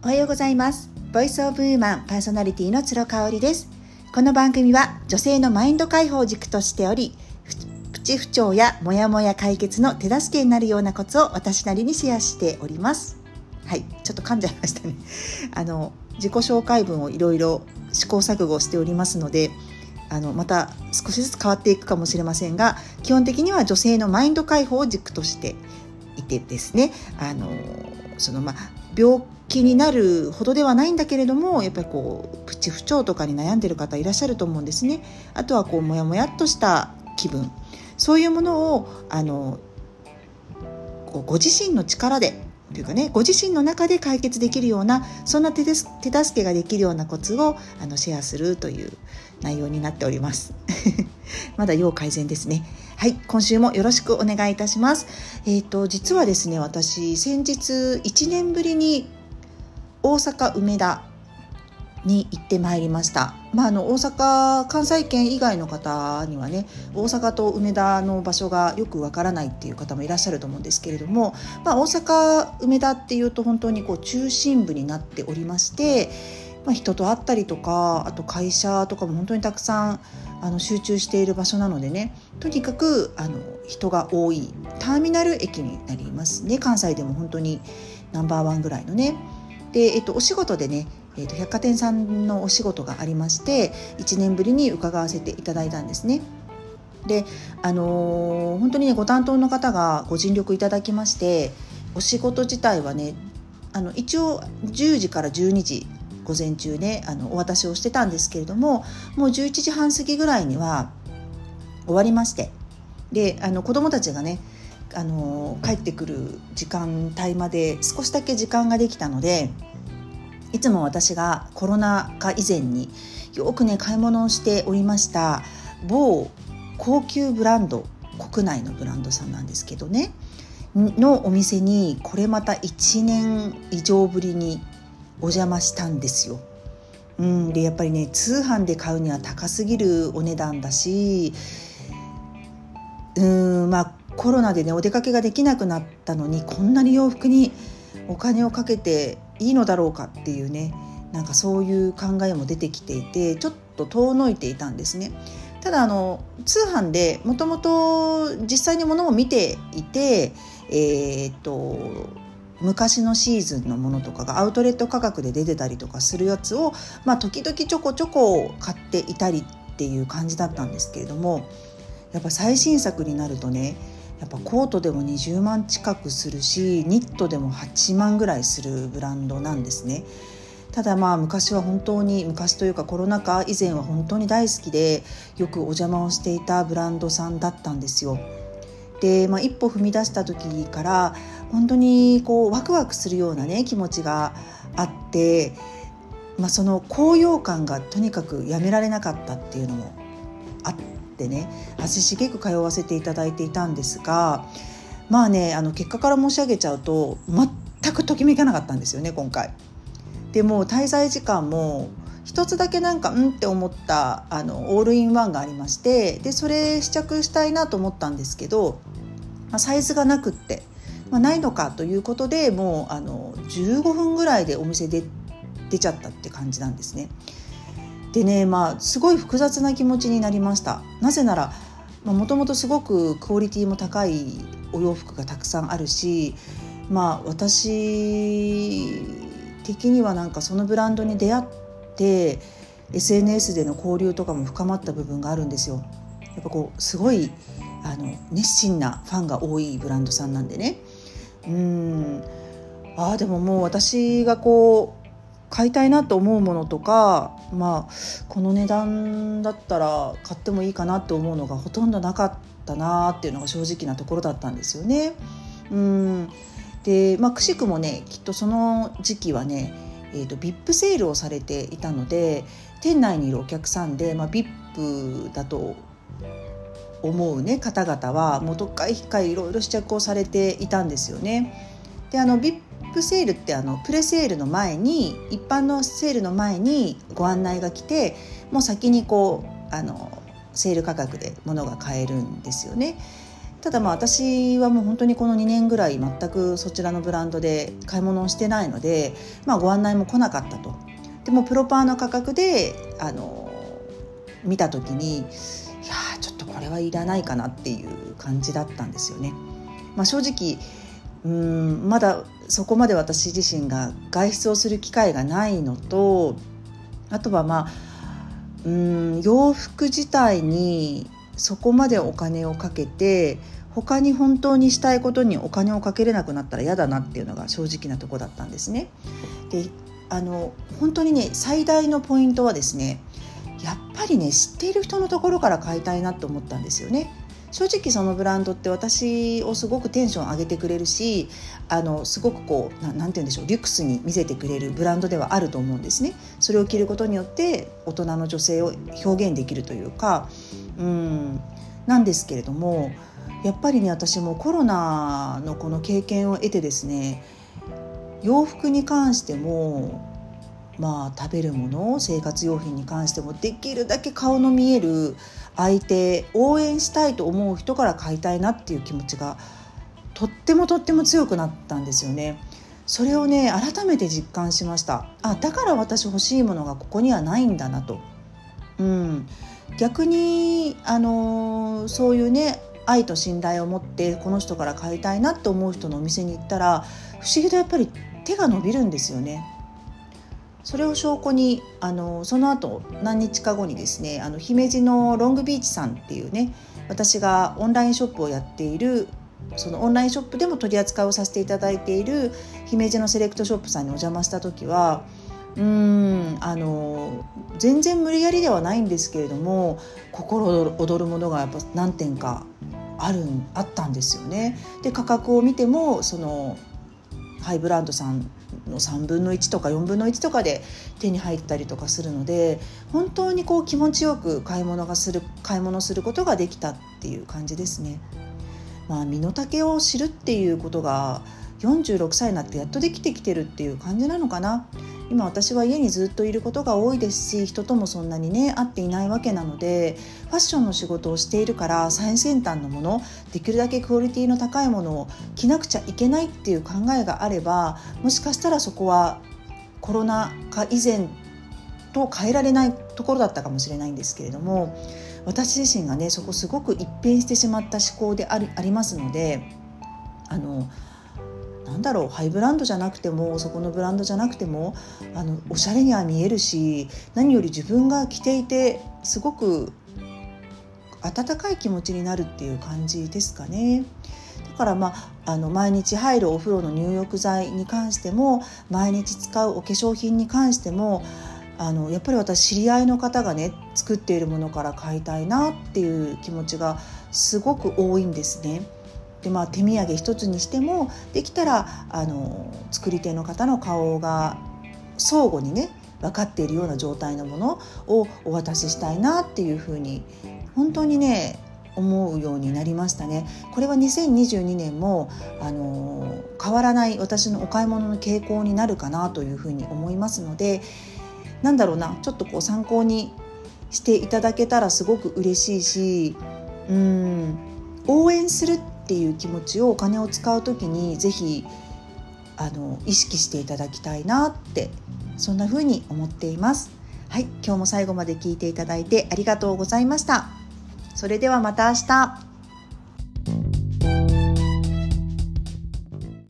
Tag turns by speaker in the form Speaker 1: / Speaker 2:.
Speaker 1: おはようございます。ボイスオブウーマンパーソナリティのつろかおりです。この番組は女性のマインド解放軸としており、プチ不調やモヤモヤ解決の手助けになるようなコツを私なりにシェアしております。はい、ちょっと噛んじゃいましたね。自己紹介文をいろいろ試行錯誤しておりますので、また少しずつ変わっていくかもしれませんが、基本的には女性のマインド解放を軸としていてですね、病気になるほどではないんだけれども、やっぱりプチ不調とかに悩んでいる方いらっしゃると思うんですね。あとはモヤモヤっとした気分、そういうものをご自身の力でというかね、ご自身の中で解決できるような、そんな手助けができるようなコツをシェアするという内容になっておりますまだ要改善ですね。はい、今週もよろしくお願いいたします。実はですね、私先日1年ぶりに大阪梅田に行ってまいりました。大阪、関西圏以外の方にはね、大阪と梅田の場所がよくわからないっていう方もいらっしゃると思うんですけれども、大阪梅田っていうと本当に中心部になっておりまして、人と会ったりとか、あと会社とかも本当にたくさん集中している場所なのでね、とにかく人が多いターミナル駅になりますね。関西でも本当にナンバーワンぐらいのね。で、お仕事でね、百貨店さんのお仕事がありまして、1年ぶりに伺わせていただいたんですね。で、本当にね、ご担当の方がご尽力いただきまして、お仕事自体はね、一応10時から12時午前中ね、お渡しをしてたんですけれども、もう11時半過ぎぐらいには終わりまして、で、子どもたちがね、帰ってくる時間帯まで少しだけ時間ができたので、いつも私がコロナ禍以前によくね、買い物をしておりました某高級ブランド、国内のブランドさんなんですけどねのお店に、これまた1年以上ぶりにお邪魔したんですよ。で、やっぱりね、通販で買うには高すぎるお値段だし、コロナでね、お出かけができなくなったのに、こんなに洋服にお金をかけていいのだろうかっていうね、なんかそういう考えも出てきていて、ちょっと遠のいていたんですね。ただ通販でもともと実際に物を見ていて、昔のシーズンのものとかがアウトレット価格で出てたりとかするやつを、時々ちょこちょこ買っていたりっていう感じだったんですけれども、やっぱ最新作になるとね、やっぱコートでも20万近くするし、ニットでも8万ぐらいするブランドなんですね。ただ昔は本当に、昔というかコロナ禍以前は本当に大好きで、よくお邪魔をしていたブランドさんだったんですよ。で、一歩踏み出した時から本当にワクワクするようなね、気持ちがあって、その高揚感がとにかくやめられなかったっていうのもあってね、足しげく通わせていただいていたんですが、結果から申し上げちゃうと全くときめかなかったんですよね、今回。でも滞在時間も一つだけって思ったオールインワンがありまして、でそれ試着したいなと思ったんですけど、サイズがなくって、ないのかということで、もう15分ぐらいでお店で出ちゃったって感じなんですね。でね、すごい複雑な気持ちになりました。なぜならもともとすごくクオリティも高いお洋服がたくさんあるし、私的にはそのブランドに出会って SNS での交流とかも深まった部分があるんですよ。やっぱすごい熱心なファンが多いブランドさんなんでね。でももう私が買いたいなと思うものとか、この値段だったら買ってもいいかなと思うのがほとんどなかったなっていうのが正直なところだったんですよね。で、くしくもね、きっとその時期はね、VIP セールをされていたので、店内にいるお客さんで、VIP だと思うね、方々はもう特価引換いろいろ試着をされていたんですよね。で、VIPセールってプレセールの前に、一般のセールの前にご案内が来て、もう先にセール価格で物が買えるんですよね。 ただ私はもう本当にこの2年ぐらい全くそちらのブランドで買い物をしてないので、ご案内も来なかったと。でもプロパーの価格で見た時に、いやちょっとこれはいらないかなっていう感じだったんですよね。正直まだそこまで私自身が外出をする機会がないのと、あとは洋服自体にそこまでお金をかけて他に本当にしたいことにお金をかけれなくなったら嫌だなっていうのが正直なところだったんですね。で本当にね、最大のポイントはですね、やっぱりね、知っている人のところから買いたいなと思ったんですよね。正直そのブランドって私をすごくテンション上げてくれるし、すごくなんて言うんでしょう、リュックスに見せてくれるブランドではあると思うんですね。それを着ることによって大人の女性を表現できるというか、なんですけれども、やっぱりね、私もコロナのこの経験を得てですね、洋服に関しても食べるもの、生活用品に関してもできるだけ顔の見える相手、応援したいと思う人から買いたいなっていう気持ちがとっても強くなったんですよね。それをね、改めて実感しました。だから私欲しいものがここにはないんだなと。逆にそういうね、愛と信頼を持ってこの人から買いたいなと思う人のお店に行ったら、不思議とやっぱり手が伸びるんですよね。それを証拠にその後何日か後にですね、姫路のロングビーチさんっていうね、私がオンラインショップをやっている、そのオンラインショップでも取り扱いをさせていただいている姫路のセレクトショップさんにお邪魔した時は、全然無理やりではないんですけれども、心躍るものがやっぱ何点かあったんですよね。で、価格を見てもそのハイブランドさんの3分の1とか4分の1とかで手に入ったりとかするので、本当に気持ちよく買い物することができたっていう感じですね。身の丈を知るっていうことが46歳になってやっとできてきてるっていう感じなのかな。今私は家にずっといることが多いですし、人ともそんなにね会っていないわけなので、ファッションの仕事をしているから最先端のもの、できるだけクオリティの高いものを着なくちゃいけないっていう考えがあれば、もしかしたらそこはコロナ禍以前と変えられないところだったかもしれないんですけれども、私自身がね、そこすごく一変してしまった思考でありますので、ハイブランドじゃなくても、そこのブランドじゃなくてもおしゃれには見えるし、何より自分が着ていてすごく温かい気持ちになるっていう感じですかね。だから毎日入るお風呂の入浴剤に関しても、毎日使うお化粧品に関しても、やっぱり私知り合いの方がね作っているものから買いたいなっていう気持ちがすごく多いんですね。で手土産一つにしても、できたら作り手の方の顔が相互にね分かっているような状態のものをお渡ししたいなっていうふうに本当にね思うようになりましたね。これは2022年も変わらない私のお買い物の傾向になるかなというふうに思いますので、ちょっと参考にしていただけたらすごく嬉しいし、応援するっていう気持ちをお金を使うときにぜひ意識していただきたいなって、そんな風に思っています。はい、今日も最後まで聞いていただいてありがとうございました。それではまた明日。